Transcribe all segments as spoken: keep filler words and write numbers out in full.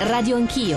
Radio Anch'io.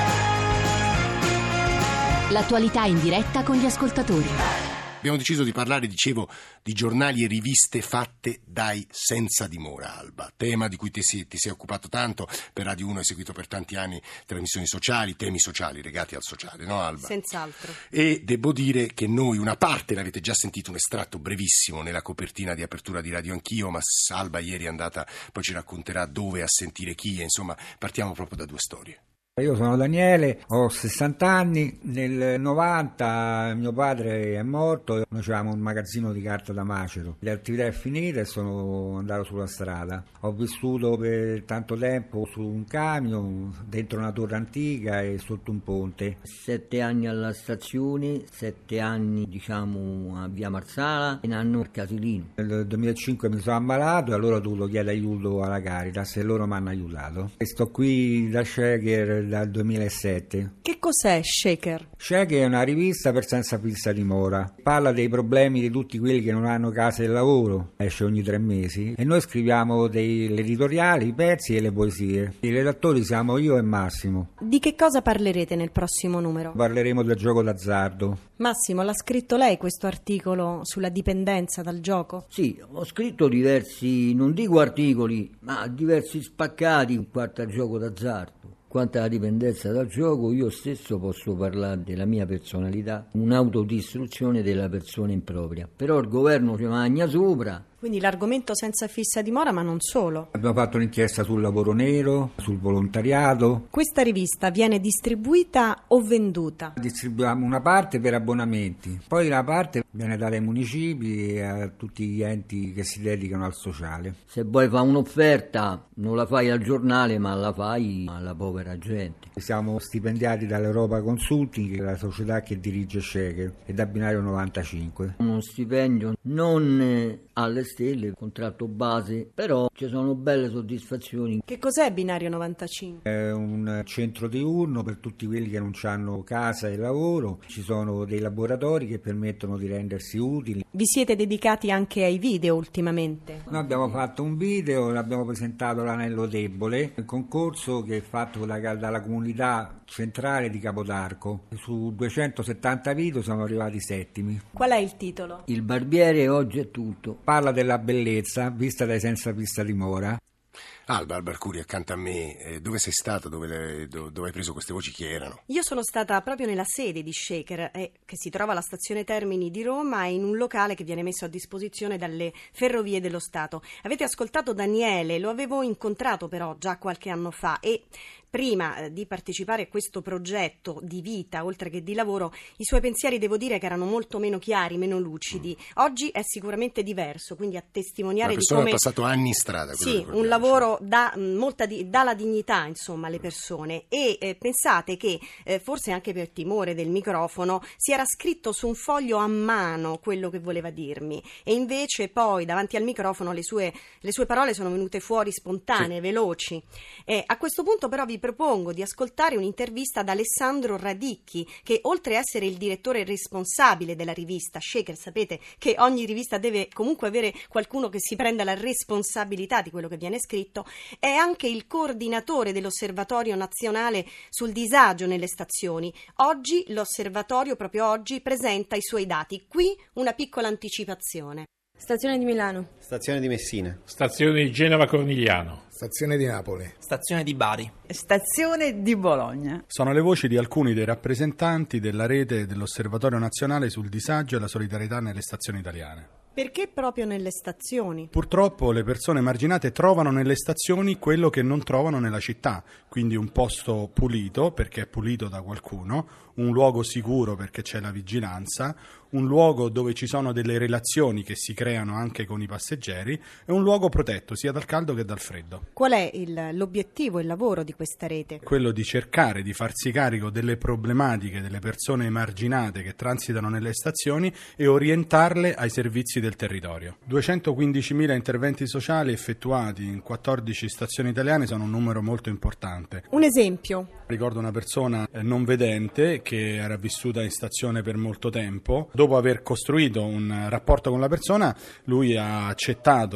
L'attualità in diretta con gli ascoltatori. Abbiamo deciso di parlare, dicevo, di giornali e riviste fatte dai senza dimora, Alba. Tema di cui ti sei, ti sei occupato tanto, per Radio uno hai seguito per tanti anni trasmissioni sociali, temi sociali legati al sociale, no Alba? Senz'altro. E devo dire che noi, una parte, l'avete già sentito, un estratto brevissimo nella copertina di apertura di Radio Anch'io, ma Alba ieri è andata, poi ci racconterà dove, a sentire chi, e insomma partiamo proprio da due storie. Io sono Daniele, ho sessanta anni, nel novanta mio padre è morto, noi avevamo un magazzino di carta da macero, le attività è finita e sono andato sulla strada. Ho vissuto per tanto tempo su un camion, dentro una torre antica e sotto un ponte. Sette anni alla stazione, sette anni diciamo a via Marsala e un anno al Casilino. Nel duemilacinque mi sono ammalato e allora ho dovuto chiedere aiuto alla Caritas e loro mi hanno aiutato. E sto qui da Shaker dal duemilasette. Che cos'è Shaker? Shaker è una rivista per senza fissa dimora. Parla dei problemi di tutti quelli che non hanno casa e lavoro. Esce ogni tre mesi e noi scriviamo degli editoriali, i pezzi e le poesie. I redattori siamo io e Massimo. Di che cosa parlerete nel prossimo numero? Parleremo del gioco d'azzardo. Massimo, l'ha scritto lei questo articolo sulla dipendenza dal gioco? Sì, ho scritto diversi, non dico articoli, ma diversi spaccati quanto al gioco d'azzardo. Quanto alla dipendenza dal gioco, io stesso posso parlare della mia personalità, un'autodistruzione della persona impropria. Però il governo ci magna sopra. Quindi l'argomento senza fissa dimora, ma non solo. Abbiamo fatto un'inchiesta sul lavoro nero, sul volontariato. Questa rivista viene distribuita o venduta? Distribuiamo una parte per abbonamenti, poi una parte viene data ai municipi e a tutti gli enti che si dedicano al sociale. Se vuoi fare un'offerta, non la fai al giornale, ma la fai alla povera gente. Siamo stipendiati dall'Europa Consulting, la società che dirige Shaker, e da Binario novantacinque. Uno stipendio non alle stelle, contratto base, però ci sono belle soddisfazioni. Che cos'è Binario novantacinque? È un centro diurno per tutti quelli che non hanno casa e lavoro. Ci sono dei laboratori che permettono di rendersi utili. Vi siete dedicati anche ai video ultimamente? Noi abbiamo fatto un video, l'abbiamo presentato all'Anello Debole, un concorso che è fatto da, dalla comunità centrale di Capodarco. Su duecentosettanta video siamo arrivati settimi. Qual è il titolo? Il barbiere oggi è tutto. Parla della bellezza vista dai senza fissa dimora. Alba, Alba Arcuri, accanto a me, eh, dove sei stata? Dove, le, do, dove hai preso queste voci? Chi erano? Io sono stata proprio nella sede di Shaker, eh, che si trova alla stazione Termini di Roma, e in un locale che viene messo a disposizione dalle Ferrovie dello Stato. Avete ascoltato Daniele, lo avevo incontrato però già qualche anno fa e prima eh, di partecipare a questo progetto di vita, oltre che di lavoro, i suoi pensieri devo dire che erano molto meno chiari, meno lucidi. Mm. Oggi è sicuramente diverso, quindi a testimoniare Una di persona come... ha passato anni in strada. Sì, un lavoro dà molta di, dà la dignità insomma alle persone e eh, pensate che eh, forse anche per timore del microfono si era scritto su un foglio a mano quello che voleva dirmi e invece poi davanti al microfono le sue, le sue parole sono venute fuori spontanee, sì, veloci. Eh, a questo punto però vi propongo di ascoltare un'intervista ad Alessandro Radicchi, che oltre a essere il direttore responsabile della rivista Shaker, sapete che ogni rivista deve comunque avere qualcuno che si prenda la responsabilità di quello che viene scritto, è anche il coordinatore dell'Osservatorio Nazionale sul Disagio nelle stazioni. Oggi l'osservatorio, proprio oggi, presenta i suoi dati. Qui una piccola anticipazione. Stazione di Milano. Stazione di Messina. Stazione di Genova Cornigliano. Stazione di Napoli. Stazione di Bari. Stazione di Bologna. Sono le voci di alcuni dei rappresentanti della rete dell'Osservatorio Nazionale sul Disagio e la solidarietà nelle stazioni italiane. Perché proprio nelle stazioni? Purtroppo le persone emarginate trovano nelle stazioni quello che non trovano nella città, quindi un posto pulito perché è pulito da qualcuno, un luogo sicuro perché c'è la vigilanza, un luogo dove ci sono delle relazioni che si creano anche con i passeggeri e un luogo protetto sia dal caldo che dal freddo. Qual è il, l'obiettivo, il lavoro di questa rete? Quello di cercare di farsi carico delle problematiche delle persone emarginate che transitano nelle stazioni e orientarle ai servizi del territorio. duecentoquindicimila interventi sociali effettuati in quattordici stazioni italiane sono un numero molto importante. Un esempio? Ricordo una persona non vedente che era vissuta in stazione per molto tempo. Dopo aver costruito un rapporto con la persona, lui ha accettato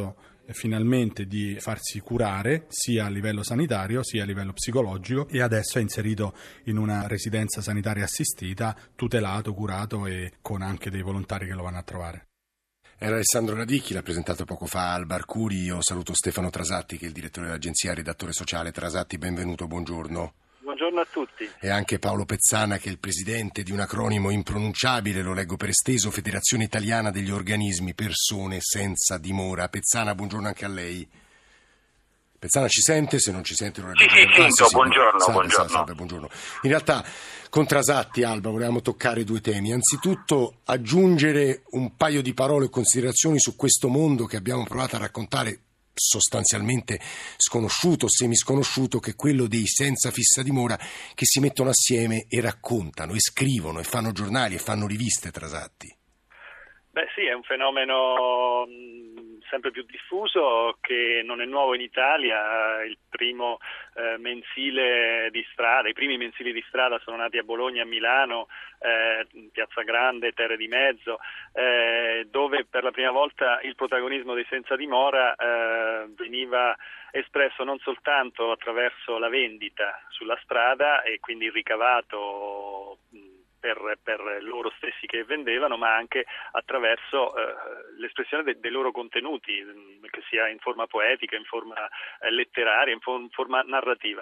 eh, finalmente di farsi curare sia a livello sanitario sia a livello psicologico, e adesso è inserito in una residenza sanitaria assistita, tutelato, curato e con anche dei volontari che lo vanno a trovare. Era Alessandro Radicchi, l'ha presentato poco fa Alba Arcuri. Io saluto Stefano Trasatti, che è il direttore dell'agenzia, redattore sociale. Trasatti, benvenuto, buongiorno. Buongiorno a tutti. E anche Paolo Pezzana, che è il presidente di un acronimo impronunciabile, lo leggo per esteso, Federazione Italiana degli Organismi Persone Senza Dimora. Pezzana, buongiorno anche a lei. Pezzana ci sente? Se non ci sente non è Sì, sì, sento, sì, buongiorno, salve, buongiorno. Salve, salve, buongiorno. In realtà con Trasatti, Alba, volevamo toccare due temi. Anzitutto aggiungere un paio di parole o considerazioni su questo mondo che abbiamo provato a raccontare, sostanzialmente sconosciuto, semisconosciuto, che è quello dei senza fissa dimora, che si mettono assieme e raccontano, e scrivono, e fanno giornali, e fanno riviste. Trasatti. Beh sì, è un fenomeno sempre più diffuso che non è nuovo in Italia. Il primo eh, mensile di strada, i primi mensili di strada sono nati a Bologna e a Milano, eh, Piazza Grande, Terre di Mezzo, eh, dove per la prima volta il protagonismo dei senza dimora eh, veniva espresso non soltanto attraverso la vendita sulla strada e quindi il ricavato Per, per loro stessi che vendevano, ma anche attraverso eh, l'espressione de, dei loro contenuti, che sia in forma poetica, in forma eh, letteraria, in, for, in forma narrativa.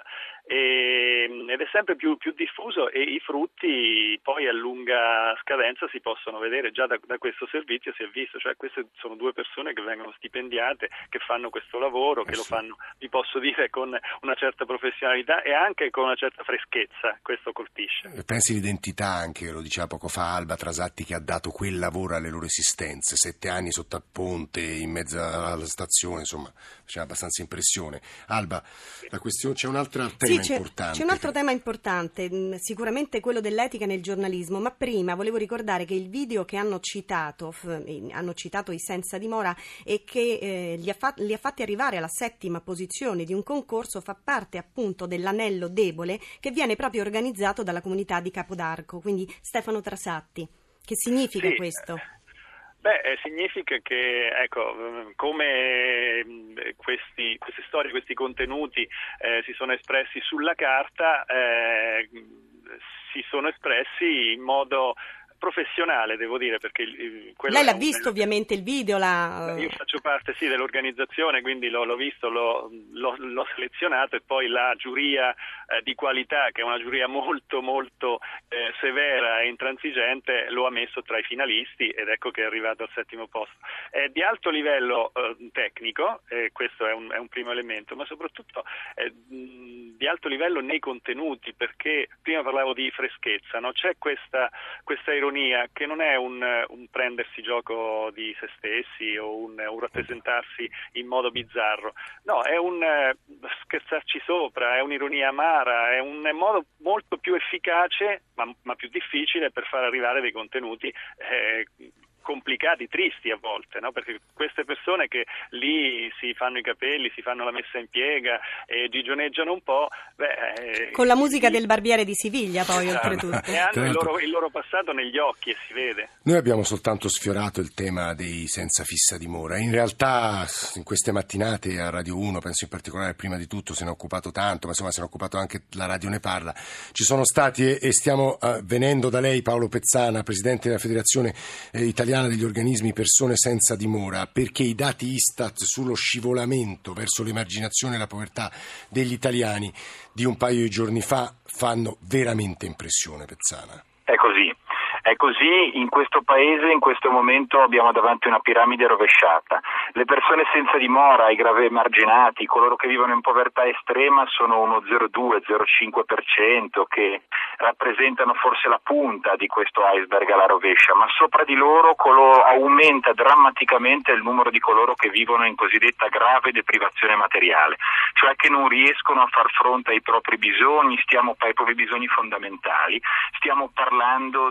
E, ed è sempre più, più diffuso, e i frutti poi a lunga scadenza si possono vedere. Già da, da questo servizio si è visto, cioè queste sono due persone che vengono stipendiate, che fanno questo lavoro, che eh sì. lo fanno, vi posso dire, con una certa professionalità e anche con una certa freschezza. Questo colpisce. Pensi l'identità anche, lo diceva poco fa Alba Trasatti, che ha dato quel lavoro alle loro esistenze, sette anni sotto a ponte, in mezzo alla stazione, insomma, faceva abbastanza impressione. Alba, la questione, c'è un altro tema sì, c'è, importante. C'è un altro tema importante, sicuramente quello dell'etica nel giornalismo, ma prima volevo ricordare che il video che hanno citato, hanno citato i senza dimora e che eh, li, ha fat, li ha fatti arrivare alla settima posizione di un concorso, fa parte appunto dell'anello debole che viene proprio organizzato dalla comunità di Capodarco, quindi Stefano Trasatti. Che significa sì. questo? Beh, eh, significa che, ecco, come questi, queste storie, questi contenuti eh, si sono espressi sulla carta, eh, si sono espressi in modo professionale, devo dire, perché lei l'ha visto un... ovviamente il video, la... io faccio parte sì dell'organizzazione, quindi l'ho, l'ho visto, l'ho, l'ho, l'ho selezionato, e poi la giuria eh, di qualità, che è una giuria molto molto eh, severa e intransigente, lo ha messo tra i finalisti, ed ecco che è arrivato al settimo posto. È di alto livello eh, tecnico, e questo è un, è un primo elemento, ma soprattutto è mh, di alto livello nei contenuti, perché prima parlavo di freschezza, no? C'è questa questa ironia che non è un, un prendersi gioco di se stessi o un, un rappresentarsi in modo bizzarro, no, è un uh, scherzarci sopra, è un'ironia amara, è un modo molto più efficace ma, ma più difficile per far arrivare dei contenuti eh, complicati, tristi a volte, no? Perché queste persone che lì si fanno i capelli, si fanno la messa in piega e gigioneggiano un po', beh, con la musica del Barbiere di Siviglia poi esatto. oltretutto, e hanno il loro, il loro passato negli occhi e si vede. Noi abbiamo soltanto sfiorato il tema dei senza fissa dimora. In realtà in queste mattinate a Radio uno, penso in particolare prima di tutto, se ne è occupato tanto, ma insomma se ne è occupato anche la Radio Ne Parla. Ci sono stati, e, e stiamo uh, venendo da lei, Paolo Pezzana, presidente della Federazione eh, Italiana degli Organismi Persone Senza Dimora, perché i dati Istat sullo scivolamento verso l'emarginazione e la povertà degli italiani di un paio di giorni fa fanno veramente impressione. Pezzana. È così. È così, in questo paese in questo momento abbiamo davanti una piramide rovesciata. Le persone senza dimora, i grave emarginati, coloro che vivono in povertà estrema sono uno zero virgola due zero cinque per cento, che rappresentano forse la punta di questo iceberg alla rovescia, ma sopra di loro colo- aumenta drammaticamente il numero di coloro che vivono in cosiddetta grave deprivazione materiale, cioè che non riescono a far fronte ai propri bisogni, stiamo ai propri bisogni fondamentali, stiamo parlando di un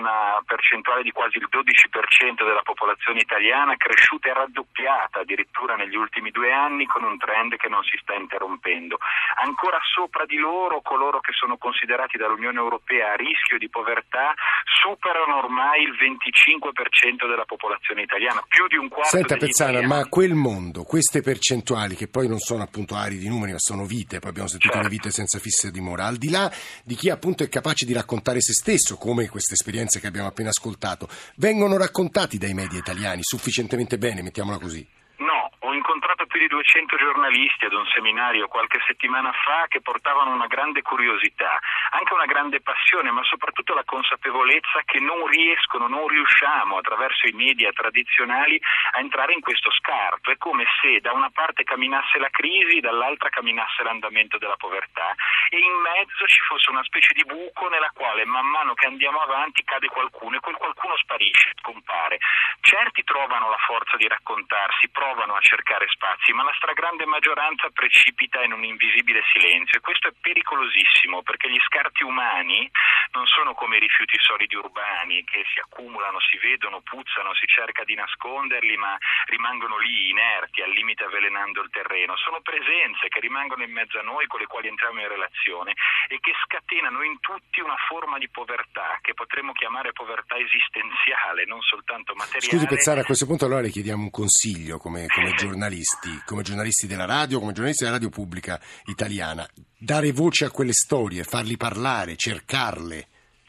una percentuale di quasi il dodici per cento della popolazione italiana, cresciuta e raddoppiata addirittura negli ultimi due anni, con un trend che non si sta interrompendo. Ancora sopra di loro, coloro che sono considerati dall'Unione Europea a rischio di povertà superano ormai il venticinque per cento della popolazione italiana, più di un quarto. Senta degli Pezzana, italiani. ma quel mondo, queste percentuali che poi non sono appunto ari di numeri ma sono vite, poi abbiamo sentito Certo. le vite senza fissa dimora, al di là di chi appunto è capace di raccontare se stesso, come queste esperienze che abbiamo appena ascoltato, vengono raccontati dai media italiani sufficientemente bene, mettiamola così? No, ho incontrato più di duecento giornalisti ad un seminario qualche settimana fa che portavano una grande curiosità, anche una grande passione, ma soprattutto la consapevolezza che non riescono, non riusciamo attraverso i media tradizionali a entrare in questo scarto. È come se da una parte camminasse la crisi, dall'altra camminasse l'andamento della povertà e in mezzo ci fosse una specie di buco nella quale man mano che andiamo avanti cade qualcuno e quel qualcuno sparisce, scompare. Certi trovano la forza di raccontarsi, provano a cercare spazi, ma la stragrande maggioranza precipita in un invisibile silenzio e questo è pericolosissimo perché gli scarti umani non sono come i rifiuti solidi urbani che si accumulano, si vedono, puzzano, si cerca di nasconderli ma rimangono lì inerti, al limite avvelenando il terreno. Sono presenze che rimangono in mezzo a noi, con le quali entriamo in relazione e che scatenano in tutti una forma di povertà che potremmo chiamare povertà esistenziale, non soltanto materiale. Scusi Pezzana, a questo punto allora le chiediamo un consiglio come, come giornalisti, come giornalisti della radio, come giornalisti della radio pubblica italiana. Dare voce a quelle storie, farli parlare, cercarle.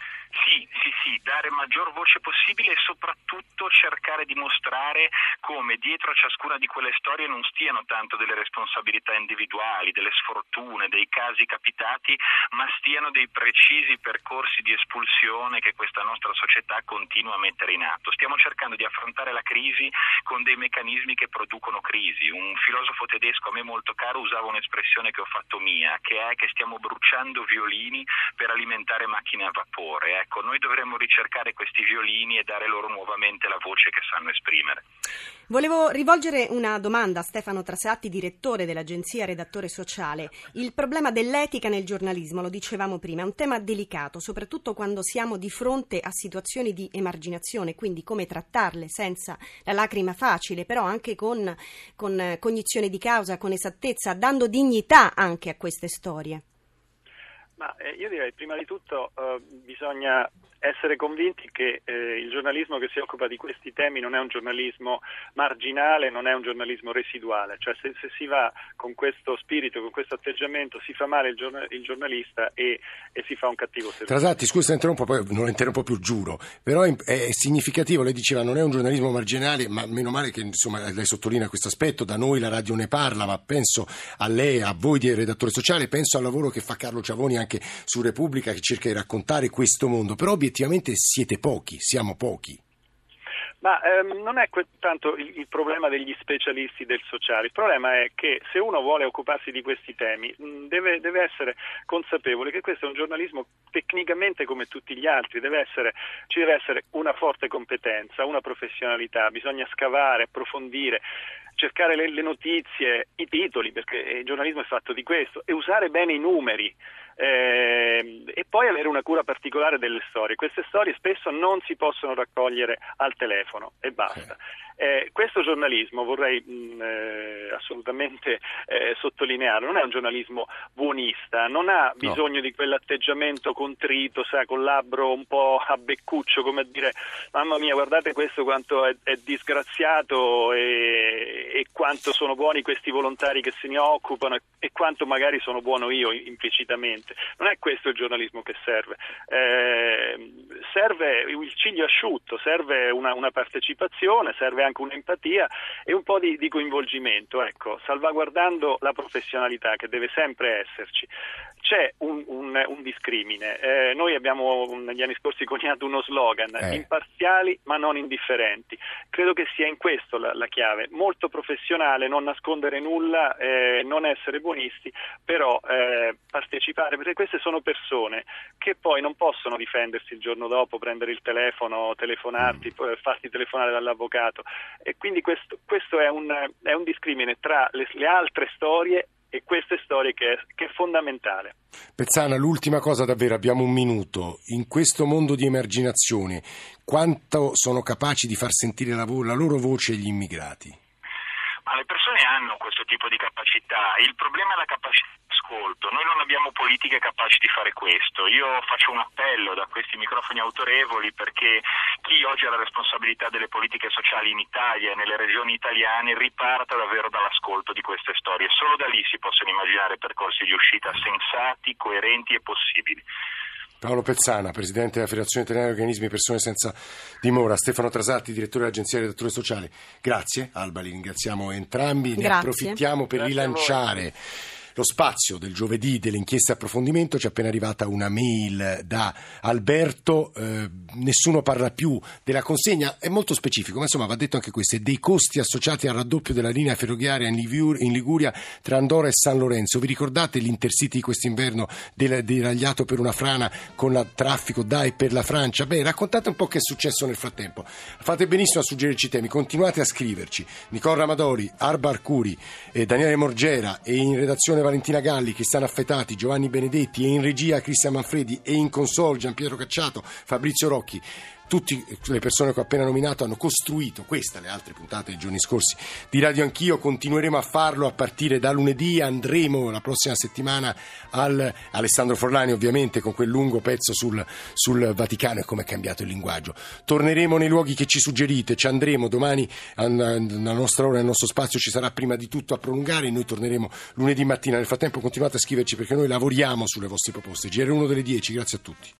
Sì, sì, sì, dare maggior voce possibile e soprattutto cercare di mostrare come dietro a ciascuna di quelle storie non stiano tanto delle responsabilità individuali, delle sfortune, dei casi capitati, ma stiano dei precisi percorsi di espulsione che questa nostra società continua a mettere in atto. Stiamo cercando di affrontare la crisi con dei meccanismi che producono crisi. Un filosofo tedesco a me molto caro usava un'espressione che ho fatto mia, che è che stiamo bruciando violini per alimentare macchine a vapore. Ecco, noi dovremmo ricercare questi violini e dare loro nuovamente la voce che sanno esprimere. Volevo rivolgere una domanda a Stefano Trasatti, direttore dell'agenzia Redattore Sociale. Il problema dell'etica nel giornalismo, lo dicevamo prima, è un tema delicato, soprattutto quando siamo di fronte a situazioni di emarginazione, quindi come trattarle senza la lacrima facile, però anche con, con cognizione di causa, con esattezza, dando dignità anche a queste storie. Ma eh, io direi prima di tutto eh, bisogna essere convinti che eh, il giornalismo che si occupa di questi temi non è un giornalismo marginale, non è un giornalismo residuale, cioè se, se si va con questo spirito, con questo atteggiamento, si fa male il, giornal- il giornalista e, e si fa un cattivo servizio. Trasatti, scusa, interrompo, poi non la interrompo più, giuro, però è, è significativo, lei diceva non è un giornalismo marginale, ma meno male che insomma lei sottolinea questo aspetto, da noi la radio ne parla, ma penso a lei, a voi di Redattore Sociale, penso al lavoro che fa Carlo Ciavoni anche su Repubblica, che cerca di raccontare questo mondo, però obiettivamente siete pochi, siamo pochi. Ma ehm, non è que- tanto il, il problema degli specialisti del sociale, il problema è che se uno vuole occuparsi di questi temi mh, deve, deve essere consapevole che questo è un giornalismo tecnicamente come tutti gli altri, deve essere, ci deve essere una forte competenza, una professionalità, bisogna scavare, approfondire, cercare le, le notizie, i titoli, perché il giornalismo è fatto di questo, e usare bene i numeri. Eh, e poi avere una cura particolare delle storie. Queste storie spesso non si possono raccogliere al telefono e basta. Eh, questo giornalismo, vorrei mh, eh, assolutamente eh, sottolinearlo, non è un giornalismo buonista, non ha bisogno no. di quell'atteggiamento contrito, sa, con labbro un po' a beccuccio, come a dire mamma mia, guardate questo quanto è, è disgraziato e, e quanto sono buoni questi volontari che se ne occupano e, e quanto magari sono buono io implicitamente. Non è questo il giornalismo che serve. Eh, serve il ciglio asciutto, serve una, una partecipazione, serve anche un'empatia e un po' di, di coinvolgimento, ecco, salvaguardando la professionalità che deve sempre esserci. C'è un, un, un discrimine. Eh, noi abbiamo negli anni scorsi coniato uno slogan, eh. imparziali ma non indifferenti. Credo che sia in questo la, la chiave, molto professionale, non nascondere nulla, eh, non essere buonisti, però eh, partecipare, perché queste sono persone che poi non possono difendersi il giorno dopo, prendere il telefono, telefonarti, mm. farti telefonare dall'avvocato, e quindi questo, questo è un, è un discrimine tra le, le altre storie e queste storie storie che è, che è fondamentale. Pezzana, l'ultima cosa davvero, abbiamo un minuto. In questo mondo di emarginazione, quanto sono capaci di far sentire la, vo- la loro voce gli immigrati? Ma le persone hanno questo tipo di capacità, il problema è la capacità di ascolto, noi non abbiamo politiche capaci di fare questo. Io faccio un appello da questi microfoni autorevoli perché chi oggi ha la responsabilità delle politiche sociali in Italia e nelle regioni italiane riparta davvero dall'ascolto di queste storie, solo da lì si possono immaginare percorsi di uscita sensati, coerenti e possibili. Paolo Pezzana, Presidente della Federazione Italiana di Organismi per Persone Senza Dimora, Stefano Trasatti, Direttore dell'Agenzia di Redattore Sociale. Grazie, Alba, li ringraziamo entrambi. Ne Grazie. approfittiamo per Grazie rilanciare lo spazio del giovedì delle inchieste e approfondimento. Ci è appena arrivata una mail da Alberto, eh, nessuno parla più della consegna, è molto specifico, ma insomma va detto anche questo, e dei costi associati al raddoppio della linea ferroviaria in, Liviur- in Liguria tra Andorra e San Lorenzo. Vi ricordate l'Intercity di quest'inverno del- deragliato per una frana con il traffico da e per la Francia? Beh, raccontate un po' che è successo nel frattempo. Fate benissimo a suggerirci temi, continuate a scriverci. Nicola Ramadori, Arba Arcuri, eh, Daniele Morgera, e in redazione Valentina Galli, Cristiano Affetati, Giovanni Benedetti, e in regia Cristian Manfredi, e in console Gianpietro Cacciato, Fabrizio Rocchi. Tutte le persone che ho appena nominato hanno costruito questa, le altre puntate dei giorni scorsi di Radio Anch'io. Continueremo a farlo a partire da lunedì. Andremo la prossima settimana al Alessandro Forlani, ovviamente, con quel lungo pezzo sul, sul Vaticano e come è cambiato il linguaggio. Torneremo nei luoghi che ci suggerite, ci andremo domani alla nostra ora, nel nostro spazio ci sarà prima di tutto a prolungare, e noi torneremo lunedì mattina. Nel frattempo continuate a scriverci perché noi lavoriamo sulle vostre proposte. G R uno delle dieci, grazie a tutti.